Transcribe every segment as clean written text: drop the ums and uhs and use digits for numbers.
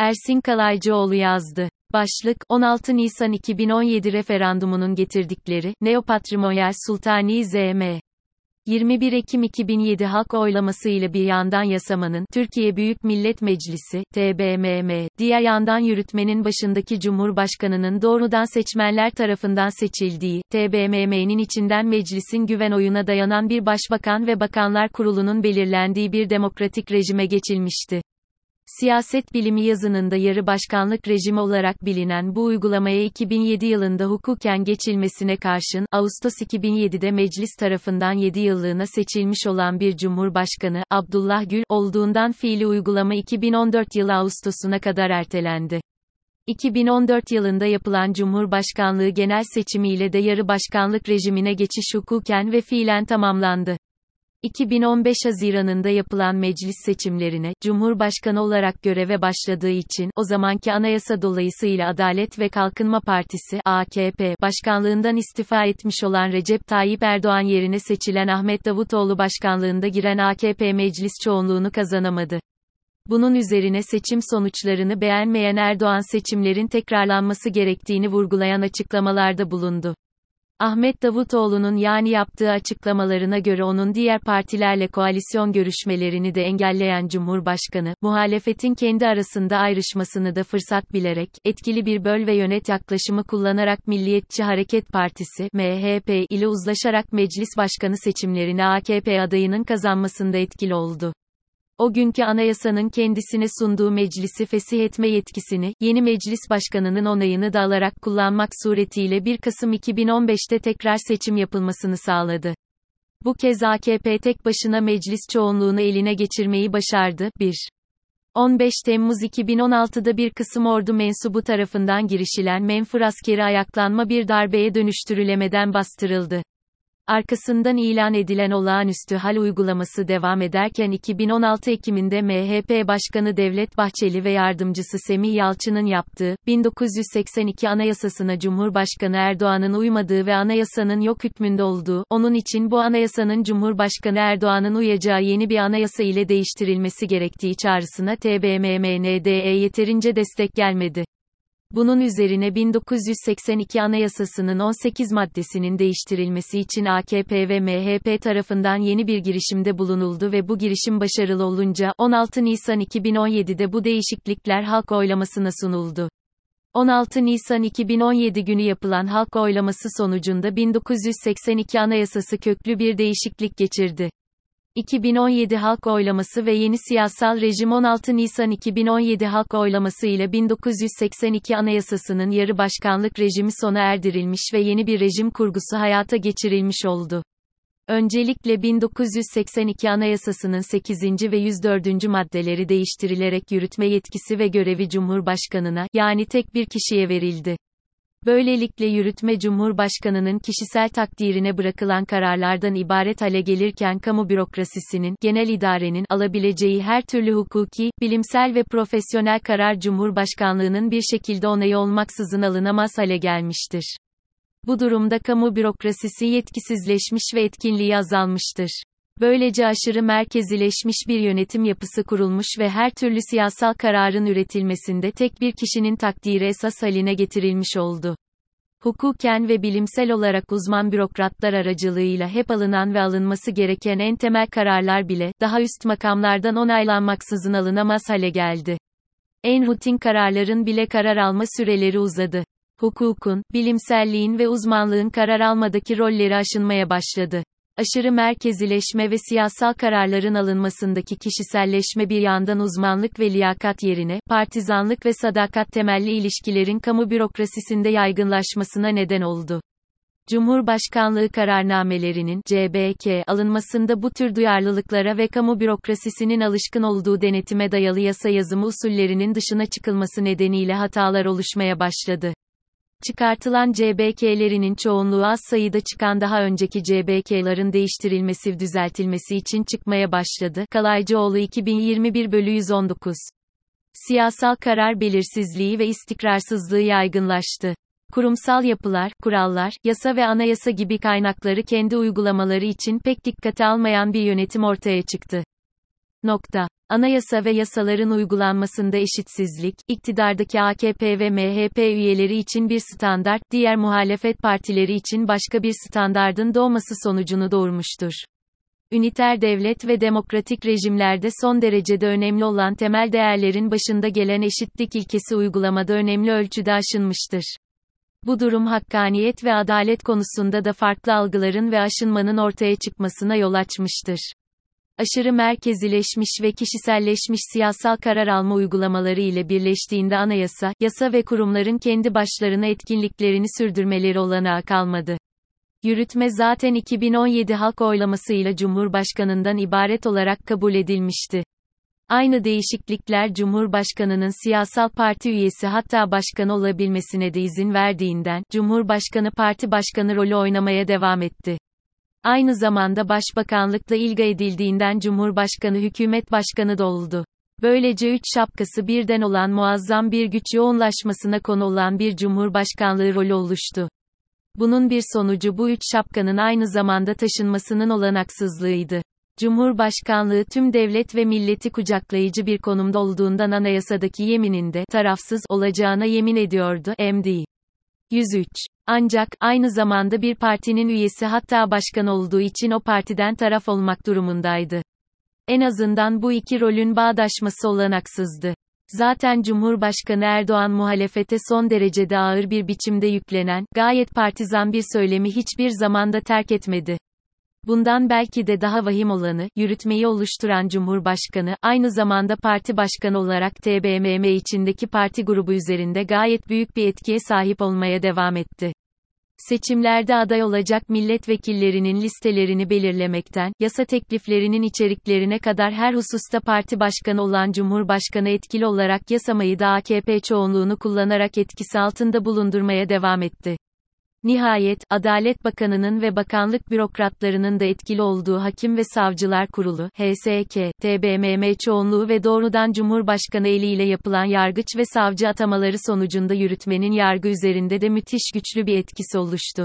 Ersin Kalaycıoğlu yazdı. Başlık, 16 Nisan 2017 referandumunun getirdikleri, Neopatrimonyal Sultani Z.M. 21 Ekim 2007 halk oylaması ile bir yandan yasamanın, Türkiye Büyük Millet Meclisi, TBMM, diğer yandan yürütmenin başındaki Cumhurbaşkanının doğrudan seçmenler tarafından seçildiği, TBMM'nin içinden meclisin güven oyuna dayanan bir başbakan ve bakanlar kurulunun belirlendiği bir demokratik rejime geçilmişti. Siyaset bilimi yazınında yarı başkanlık rejimi olarak bilinen bu uygulamaya 2007 yılında hukuken geçilmesine karşın, Ağustos 2007'de meclis tarafından 7 yıllığına seçilmiş olan bir cumhurbaşkanı, Abdullah Gül, olduğundan fiili uygulama 2014 yılı Ağustos'una kadar ertelendi. 2014 yılında yapılan Cumhurbaşkanlığı genel seçimiyle de yarı başkanlık rejimine geçiş hukuken ve fiilen tamamlandı. 2015 Haziran'ında yapılan meclis seçimlerine, Cumhurbaşkanı olarak göreve başladığı için, o zamanki anayasa dolayısıyla Adalet ve Kalkınma Partisi, AKP, başkanlığından istifa etmiş olan Recep Tayyip Erdoğan yerine seçilen Ahmet Davutoğlu başkanlığında giren AKP meclis çoğunluğunu kazanamadı. Bunun üzerine seçim sonuçlarını beğenmeyen Erdoğan seçimlerin tekrarlanması gerektiğini vurgulayan açıklamalarda bulundu. Ahmet Davutoğlu'nun yaptığı açıklamalarına göre onun diğer partilerle koalisyon görüşmelerini de engelleyen Cumhurbaşkanı, muhalefetin kendi arasında ayrışmasını da fırsat bilerek, etkili bir böl ve yönet yaklaşımı kullanarak Milliyetçi Hareket Partisi, MHP, ile uzlaşarak meclis başkanı seçimlerini AKP adayının kazanmasında etkili oldu. O günkü anayasanın kendisine sunduğu meclisi fesih etme yetkisini, yeni meclis başkanının onayını da alarak kullanmak suretiyle 1 Kasım 2015'te tekrar seçim yapılmasını sağladı. Bu kez AKP tek başına meclis çoğunluğunu eline geçirmeyi başardı. 15 Temmuz 2016'da bir kısım ordu mensubu tarafından girişilen menfur askeri ayaklanma bir darbeye dönüştürülemeden bastırıldı. Arkasından ilan edilen olağanüstü hal uygulaması devam ederken 2016 Ekim'inde MHP Başkanı Devlet Bahçeli ve yardımcısı Semih Yalçın'ın yaptığı, 1982 Anayasasına Cumhurbaşkanı Erdoğan'ın uymadığı ve anayasanın yok hükmünde olduğu, onun için bu anayasanın Cumhurbaşkanı Erdoğan'ın uyacağı yeni bir anayasa ile değiştirilmesi gerektiği çağrısına TBMM'ye yeterince destek gelmedi. Bunun üzerine 1982 Anayasasının 18 maddesinin değiştirilmesi için AKP ve MHP tarafından yeni bir girişimde bulunuldu ve bu girişim başarılı olunca, 16 Nisan 2017'de bu değişiklikler halk oylamasına sunuldu. 16 Nisan 2017 günü yapılan halk oylaması sonucunda 1982 Anayasası köklü bir değişiklik geçirdi. 2017 halk oylaması ve yeni siyasal rejim 16 Nisan 2017 halk oylaması ile 1982 Anayasasının yarı başkanlık rejimi sona erdirilmiş ve yeni bir rejim kurgusu hayata geçirilmiş oldu. Öncelikle 1982 Anayasasının 8. ve 104. maddeleri değiştirilerek yürütme yetkisi ve görevi Cumhurbaşkanına, yani tek bir kişiye verildi. Böylelikle yürütme Cumhurbaşkanının kişisel takdirine bırakılan kararlardan ibaret hale gelirken kamu bürokrasisinin, genel idarenin alabileceği her türlü hukuki, bilimsel ve profesyonel karar Cumhurbaşkanlığının bir şekilde onayı olmaksızın alınamaz hale gelmiştir. Bu durumda kamu bürokrasisi yetkisizleşmiş ve etkinliği azalmıştır. Böylece aşırı merkezileşmiş bir yönetim yapısı kurulmuş ve her türlü siyasal kararın üretilmesinde tek bir kişinin takdiri esas haline getirilmiş oldu. Hukuken ve bilimsel olarak uzman bürokratlar aracılığıyla hep alınan ve alınması gereken en temel kararlar bile, daha üst makamlardan onaylanmaksızın alınamaz hale geldi. En rutin kararların bile karar alma süreleri uzadı. Hukukun, bilimselliğin ve uzmanlığın karar almadaki rolleri aşınmaya başladı. Aşırı merkezileşme ve siyasal kararların alınmasındaki kişiselleşme bir yandan uzmanlık ve liyakat yerine, partizanlık ve sadakat temelli ilişkilerin kamu bürokrasisinde yaygınlaşmasına neden oldu. Cumhurbaşkanlığı kararnamelerinin (CBK) alınmasında bu tür duyarlılıklara ve kamu bürokrasisinin alışkın olduğu denetime dayalı yasa yazımı usullerinin dışına çıkılması nedeniyle hatalar oluşmaya başladı. Çıkartılan CBK'lerinin çoğunluğu az sayıda çıkan daha önceki CBK'ların değiştirilmesi, düzeltilmesi için çıkmaya başladı. Kalaycıoğlu 2021/119. Siyasal karar belirsizliği ve istikrarsızlığı yaygınlaştı. Kurumsal yapılar, kurallar, yasa ve anayasa gibi kaynakları kendi uygulamaları için pek dikkate almayan bir yönetim ortaya çıktı. Anayasa ve yasaların uygulanmasında eşitsizlik, iktidardaki AKP ve MHP üyeleri için bir standart, diğer muhalefet partileri için başka bir standardın doğması sonucunu doğurmuştur. Üniter devlet ve demokratik rejimlerde son derecede önemli olan temel değerlerin başında gelen eşitlik ilkesi uygulamada önemli ölçüde aşınmıştır. Bu durum hakkaniyet ve adalet konusunda da farklı algıların ve aşınmanın ortaya çıkmasına yol açmıştır. Aşırı merkezileşmiş ve kişiselleşmiş siyasal karar alma uygulamaları ile birleştiğinde anayasa, yasa ve kurumların kendi başlarına etkinliklerini sürdürmeleri olanağı kalmadı. Yürütme zaten 2017 halk oylamasıyla Cumhurbaşkanından ibaret olarak kabul edilmişti. Aynı değişiklikler Cumhurbaşkanının siyasal parti üyesi hatta başkan olabilmesine de izin verdiğinden, Cumhurbaşkanı parti başkanı rolü oynamaya devam etti. Aynı zamanda başbakanlıkla ilga edildiğinden Cumhurbaşkanı hükümet başkanı da oldu. Böylece üç şapkası birden olan muazzam bir güç yoğunlaşmasına konu olan bir cumhurbaşkanlığı rolü oluştu. Bunun bir sonucu bu üç şapkanın aynı zamanda taşınmasının olanaksızlığıydı. Cumhurbaşkanlığı tüm devlet ve milleti kucaklayıcı bir konumda olduğundan anayasadaki yemininde tarafsız olacağına yemin ediyordu. MD 103. Ancak, aynı zamanda bir partinin üyesi hatta başkan olduğu için o partiden taraf olmak durumundaydı. En azından bu iki rolün bağdaşması olanaksızdı. Zaten Cumhurbaşkanı Erdoğan muhalefete son derecede ağır bir biçimde yüklenen, gayet partizan bir söylemi hiçbir zamanda terk etmedi. Bundan belki de daha vahim olanı, yürütmeyi oluşturan Cumhurbaşkanı, aynı zamanda parti başkanı olarak TBMM içindeki parti grubu üzerinde gayet büyük bir etkiye sahip olmaya devam etti. Seçimlerde aday olacak milletvekillerinin listelerini belirlemekten, yasa tekliflerinin içeriklerine kadar her hususta parti başkanı olan Cumhurbaşkanı etkili olarak yasamayı da AKP çoğunluğunu kullanarak etkisi altında bulundurmaya devam etti. Nihayet, Adalet Bakanı'nın ve bakanlık bürokratlarının da etkili olduğu Hakim ve Savcılar Kurulu, HSK, TBMM çoğunluğu ve doğrudan Cumhurbaşkanı eliyle yapılan yargıç ve savcı atamaları sonucunda yürütmenin yargı üzerinde de müthiş güçlü bir etkisi oluştu.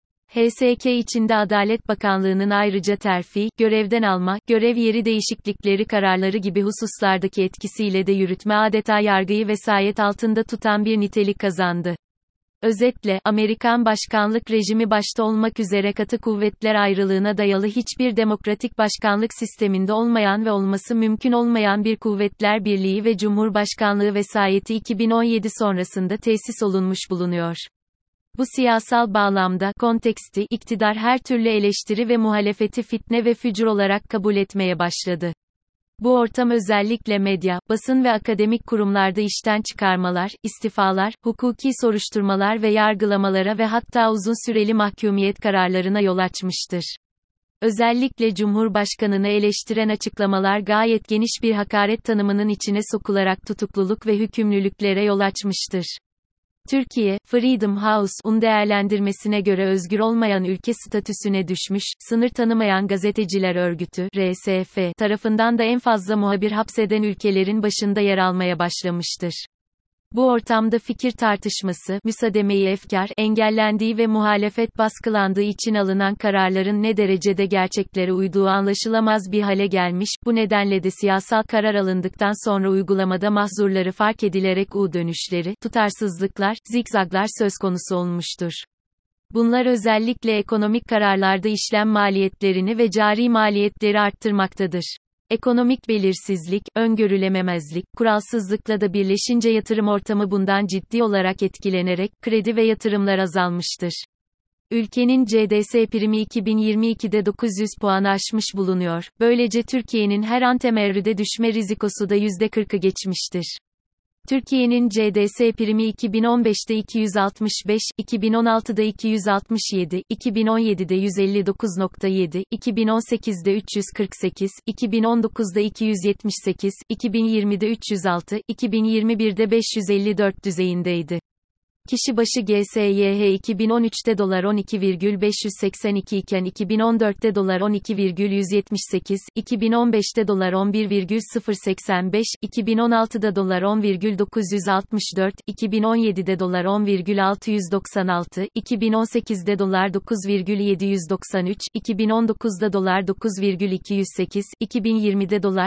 HSK içinde Adalet Bakanlığı'nın ayrıca terfi, görevden alma, görev yeri değişiklikleri kararları gibi hususlardaki etkisiyle de yürütme adeta yargıyı vesayet altında tutan bir nitelik kazandı. Özetle, Amerikan başkanlık rejimi başta olmak üzere katı kuvvetler ayrılığına dayalı hiçbir demokratik başkanlık sisteminde olmayan ve olması mümkün olmayan bir kuvvetler birliği ve cumhurbaşkanlığı vesayeti 2017 sonrasında tesis olunmuş bulunuyor. Bu siyasal bağlamda, konteksti, iktidar her türlü eleştiri ve muhalefeti fitne ve fücur olarak kabul etmeye başladı. Bu ortam özellikle medya, basın ve akademik kurumlarda işten çıkarmalar, istifalar, hukuki soruşturmalar ve yargılamalara ve hatta uzun süreli mahkumiyet kararlarına yol açmıştır. Özellikle Cumhurbaşkanını eleştiren açıklamalar gayet geniş bir hakaret tanımının içine sokularak tutukluluk ve hükümlülüklere yol açmıştır. Türkiye, Freedom House'un değerlendirmesine göre özgür olmayan ülke statüsüne düşmüş, sınır tanımayan gazeteciler örgütü, RSF, tarafından da en fazla muhabir hapseden ülkelerin başında yer almaya başlamıştır. Bu ortamda fikir tartışması, müsademeyi efkar, engellendiği ve muhalefet baskılandığı için alınan kararların ne derecede gerçeklere uyduğu anlaşılamaz bir hale gelmiş, bu nedenle de siyasal karar alındıktan sonra uygulamada mahzurları fark edilerek dönüşleri, tutarsızlıklar, zigzaglar söz konusu olmuştur. Bunlar özellikle ekonomik kararlarda işlem maliyetlerini ve cari maliyetleri arttırmaktadır. Ekonomik belirsizlik, öngörülememezlik, kuralsızlıkla da birleşince yatırım ortamı bundan ciddi olarak etkilenerek, kredi ve yatırımlar azalmıştır. Ülkenin CDS primi 2022'de 900 puanı aşmış bulunuyor, böylece Türkiye'nin her an temerrüde düşme rizikosu da %40'ı geçmiştir. Türkiye'nin CDS primi 2015'te 265, 2016'da 267, 2017'de 159.7, 2018'de 348, 2019'da 278, 2020'de 306, 2021'de 554 düzeyindeydi. Kişi başı GSYH 2013'te dolar 12,582 iken 2014'te dolar 12,178, 2015'te dolar 11,085, 2016'da dolar 10,964, 2017'de dolar 10,696, 2018'de dolar 9,793, 2019'da dolar 9,208, 2020'de dolar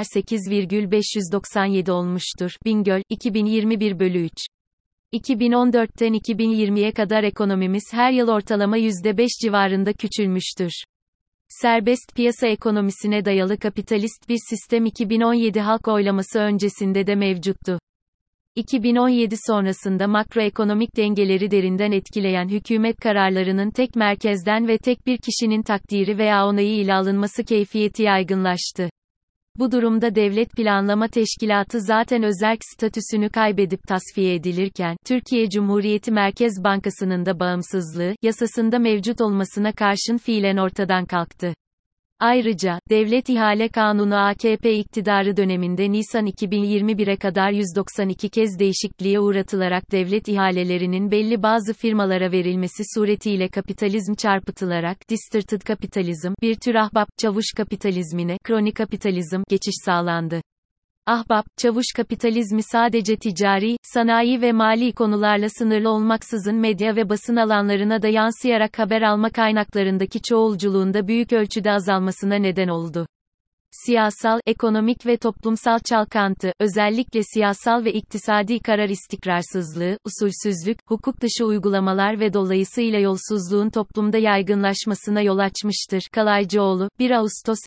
8,597 olmuştur. Bingöl, 2021/3 2014'ten 2020'ye kadar ekonomimiz her yıl ortalama %5 civarında küçülmüştür. Serbest piyasa ekonomisine dayalı kapitalist bir sistem 2017 halk oylaması öncesinde de mevcuttu. 2017 sonrasında makroekonomik dengeleri derinden etkileyen hükümet kararlarının tek merkezden ve tek bir kişinin takdiri veya onayı ile alınması keyfiyeti yaygınlaştı. Bu durumda Devlet Planlama Teşkilatı zaten özerk statüsünü kaybedip tasfiye edilirken, Türkiye Cumhuriyeti Merkez Bankası'nın da bağımsızlığı, yasasında mevcut olmasına karşın fiilen ortadan kalktı. Ayrıca, Devlet İhale Kanunu AKP iktidarı döneminde Nisan 2021'e kadar 192 kez değişikliğe uğratılarak devlet ihalelerinin belli bazı firmalara verilmesi suretiyle kapitalizm çarpıtılarak, distorted kapitalizm, bir tür ahbap, çavuş kapitalizmine, crony kapitalizm, geçiş sağlandı. Ahbap, çavuş kapitalizmi sadece ticari, sanayi ve mali konularla sınırlı olmaksızın medya ve basın alanlarına da yansıyarak haber alma kaynaklarındaki çoğulculuğunda büyük ölçüde azalmasına neden oldu. Siyasal, ekonomik ve toplumsal çalkantı, özellikle siyasal ve iktisadi karar istikrarsızlığı, usulsüzlük, hukuk dışı uygulamalar ve dolayısıyla yolsuzluğun toplumda yaygınlaşmasına yol açmıştır. Kalaycıoğlu, 1 Ağustos,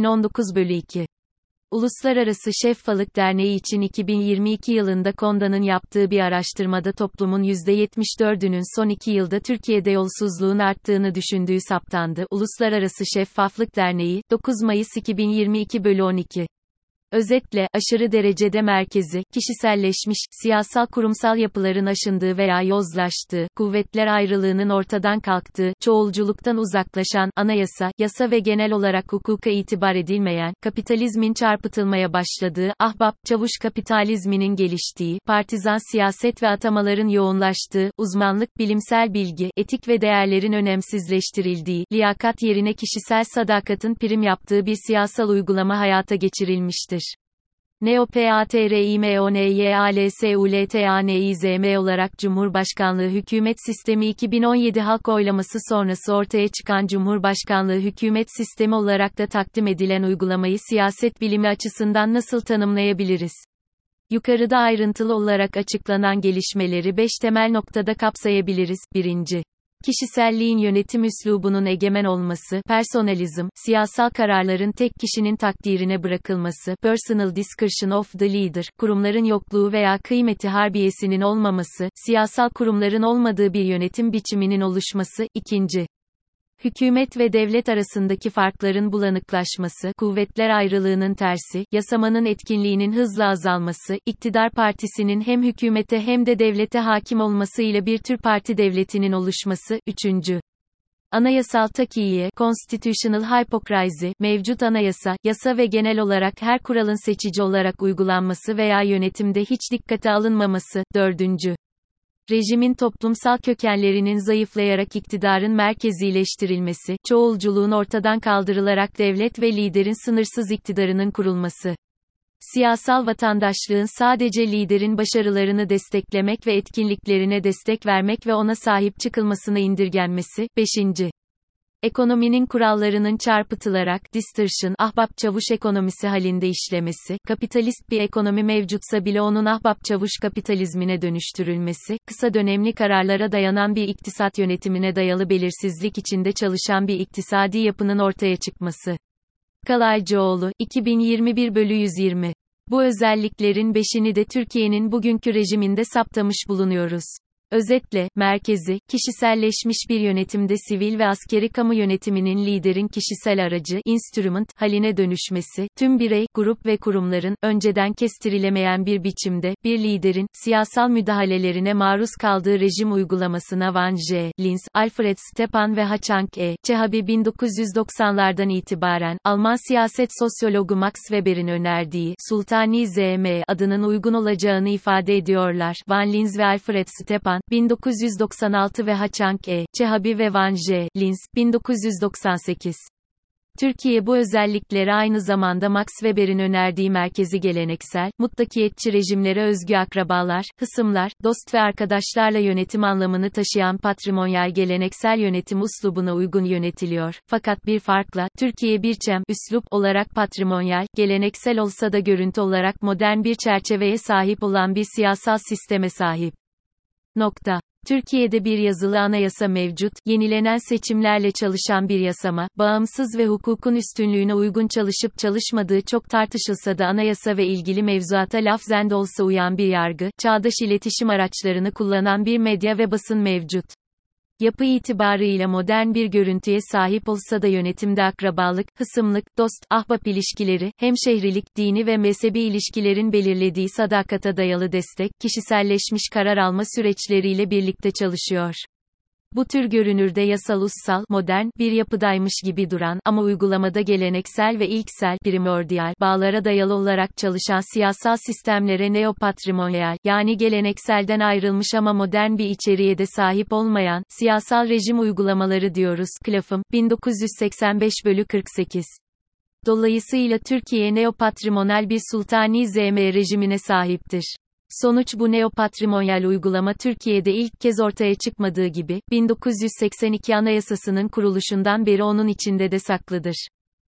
2019/2 Uluslararası Şeffaflık Derneği için 2022 yılında KONDA'nın yaptığı bir araştırmada toplumun %74'ünün son 2 yılda Türkiye'de yolsuzluğun arttığını düşündüğü saptandı. Uluslararası Şeffaflık Derneği, 9 Mayıs 2022/12 Özetle, aşırı derecede merkezi, kişiselleşmiş, siyasal kurumsal yapıların aşındığı veya yozlaştığı, kuvvetler ayrılığının ortadan kalktığı, çoğulculuktan uzaklaşan, anayasa, yasa ve genel olarak hukuka itibar edilmeyen, kapitalizmin çarpıtılmaya başladığı, ahbap, çavuş kapitalizminin geliştiği, partizan siyaset ve atamaların yoğunlaştığı, uzmanlık, bilimsel bilgi, etik ve değerlerin önemsizleştirildiği, liyakat yerine kişisel sadakatin prim yaptığı bir siyasal uygulama hayata geçirilmiştir. NEOPATRIMONYALSULTANIZM olarak Cumhurbaşkanlığı hükümet sistemi 2017 halk oylaması sonrası ortaya çıkan Cumhurbaşkanlığı hükümet sistemi olarak da takdim edilen uygulamayı siyaset bilimi açısından nasıl tanımlayabiliriz? Yukarıda ayrıntılı olarak açıklanan gelişmeleri 5 temel noktada kapsayabiliriz. 1. Kişiselliğin yönetim üslubunun egemen olması, personalizm, siyasal kararların tek kişinin takdirine bırakılması, personal discretion of the leader, kurumların yokluğu veya kıymeti harbiyesinin olmaması, siyasal kurumların olmadığı bir yönetim biçiminin oluşması. 2. Hükümet ve devlet arasındaki farkların bulanıklaşması, kuvvetler ayrılığının tersi, yasamanın etkinliğinin hızla azalması, iktidar partisinin hem hükümete hem de devlete hakim olmasıyla bir tür parti devletinin oluşması. 3. Anayasal takiye, constitutional hypocrisy, mevcut anayasa, yasa ve genel olarak her kuralın seçici olarak uygulanması veya yönetimde hiç dikkate alınmaması. 4. Rejimin toplumsal kökenlerinin zayıflayarak iktidarın merkezileştirilmesi, çoğulculuğun ortadan kaldırılarak devlet ve liderin sınırsız iktidarının kurulması. Siyasal vatandaşlığın sadece liderin başarılarını desteklemek ve etkinliklerine destek vermek ve ona sahip çıkılmasına indirgenmesi. 5. Ekonominin kurallarının çarpıtılarak, distortion, ahbap çavuş ekonomisi halinde işlemesi, kapitalist bir ekonomi mevcutsa bile onun ahbap çavuş kapitalizmine dönüştürülmesi, kısa dönemli kararlara dayanan bir iktisat yönetimine dayalı belirsizlik içinde çalışan bir iktisadi yapının ortaya çıkması. Kalaycıoğlu, 2021/120 Bu özelliklerin 5'ini de Türkiye'nin bugünkü rejiminde saptamış bulunuyoruz. Özetle, merkezi, kişiselleşmiş bir yönetimde sivil ve askeri kamu yönetiminin liderin kişisel aracı, instrument, haline dönüşmesi, tüm birey, grup ve kurumların, önceden kestirilemeyen bir biçimde, bir liderin, siyasal müdahalelerine maruz kaldığı rejim uygulamasına Van J. Linz, Alfred Stepan ve Hachang E. Çehabi 1990'lardan itibaren, Alman siyaset sosyologu Max Weber'in önerdiği, sultanizm adının uygun olacağını ifade ediyorlar. Van Linz ve Alfred Stepan, 1996 ve Haçank E. Çehabi ve Van J. Lins, 1998. Türkiye bu özellikleri aynı zamanda Max Weber'in önerdiği merkezi geleneksel, mutlakiyetçi rejimlere özgü akrabalar, hısımlar, dost ve arkadaşlarla yönetim anlamını taşıyan patrimonyal geleneksel yönetim üslubuna uygun yönetiliyor. Fakat bir farkla, Türkiye birçem, üslup olarak patrimonyal, geleneksel olsa da görüntü olarak modern bir çerçeveye sahip olan bir siyasal sisteme sahip. Türkiye'de bir yazılı anayasa mevcut, yenilenen seçimlerle çalışan bir yasama, bağımsız ve hukukun üstünlüğüne uygun çalışıp çalışmadığı çok tartışılsa da anayasa ve ilgili mevzuata lafzen de olsa uyan bir yargı, çağdaş iletişim araçlarını kullanan bir medya ve basın mevcut. Yapı itibarıyla modern bir görüntüye sahip olsa da yönetimde akrabalık, hısımlık, dost, ahbap ilişkileri, hemşehrilik, dini ve mezhebi ilişkilerin belirlediği sadakata dayalı destek, kişiselleşmiş karar alma süreçleriyle birlikte çalışıyor. Bu tür görünürde yasal-ussal, modern, bir yapıdaymış gibi duran, ama uygulamada geleneksel ve ilksel, primordial, bağlara dayalı olarak çalışan siyasal sistemlere neopatrimonyal, yani gelenekselden ayrılmış ama modern bir içeriğe de sahip olmayan, siyasal rejim uygulamaları diyoruz. Clapham, 1985/48. Dolayısıyla Türkiye neopatrimonyal bir sultani-zm rejimine sahiptir. Sonuç bu neopatrimonyal uygulama Türkiye'de ilk kez ortaya çıkmadığı gibi, 1982 Anayasası'nın kuruluşundan beri onun içinde de saklıdır.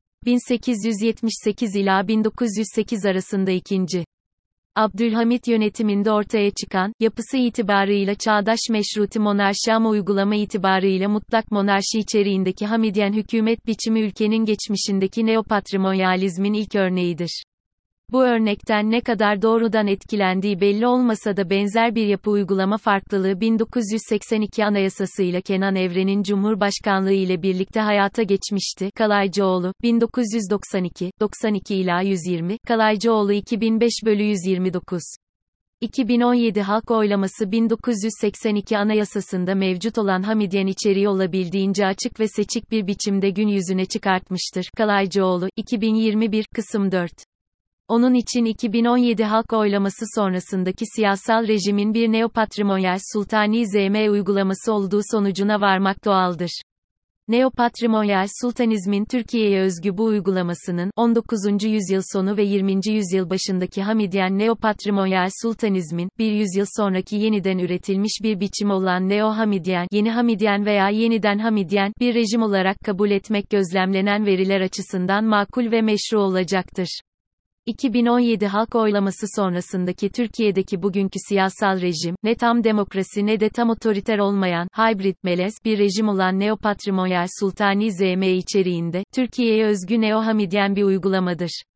1878 ila 1908 arasında 2. Abdülhamit yönetiminde ortaya çıkan, yapısı itibarıyla çağdaş meşruti monarşi ama uygulama itibarıyla mutlak monarşi içeriğindeki Hamidyen hükümet biçimi ülkenin geçmişindeki neopatrimonyalizmin ilk örneğidir. Bu örnekten ne kadar doğrudan etkilendiği belli olmasa da benzer bir yapı uygulama farklılığı 1982 Anayasası'yla Kenan Evren'in Cumhurbaşkanlığı ile birlikte hayata geçmişti. Kalaycıoğlu, 1992, 92 ila 120, Kalaycıoğlu 2005/129. 2017 halk oylaması 1982 Anayasası'nda mevcut olan Hamidyen içeriği olabildiğince açık ve seçik bir biçimde gün yüzüne çıkartmıştır. Kalaycıoğlu, 2021, kısım 4. Onun için 2017 halk oylaması sonrasındaki siyasal rejimin bir neopatrimonyal sultani-zm uygulaması olduğu sonucuna varmak doğaldır. Neopatrimonyal sultanizmin Türkiye'ye özgü bu uygulamasının, 19. yüzyıl sonu ve 20. yüzyıl başındaki Hamidyen neopatrimonyal sultanizmin, bir yüzyıl sonraki yeniden üretilmiş bir biçim olan Neo-Hamidyen, Yeni Hamidyen veya Yeniden Hamidyen, bir rejim olarak kabul etmek gözlemlenen veriler açısından makul ve meşru olacaktır. 2017 halk oylaması sonrasındaki Türkiye'deki bugünkü siyasal rejim, ne tam demokrasi ne de tam otoriter olmayan, hibrit, melez, bir rejim olan neopatrimonyal sultani-zm içeriğinde, Türkiye'ye özgü neo-Hamidyen bir uygulamadır.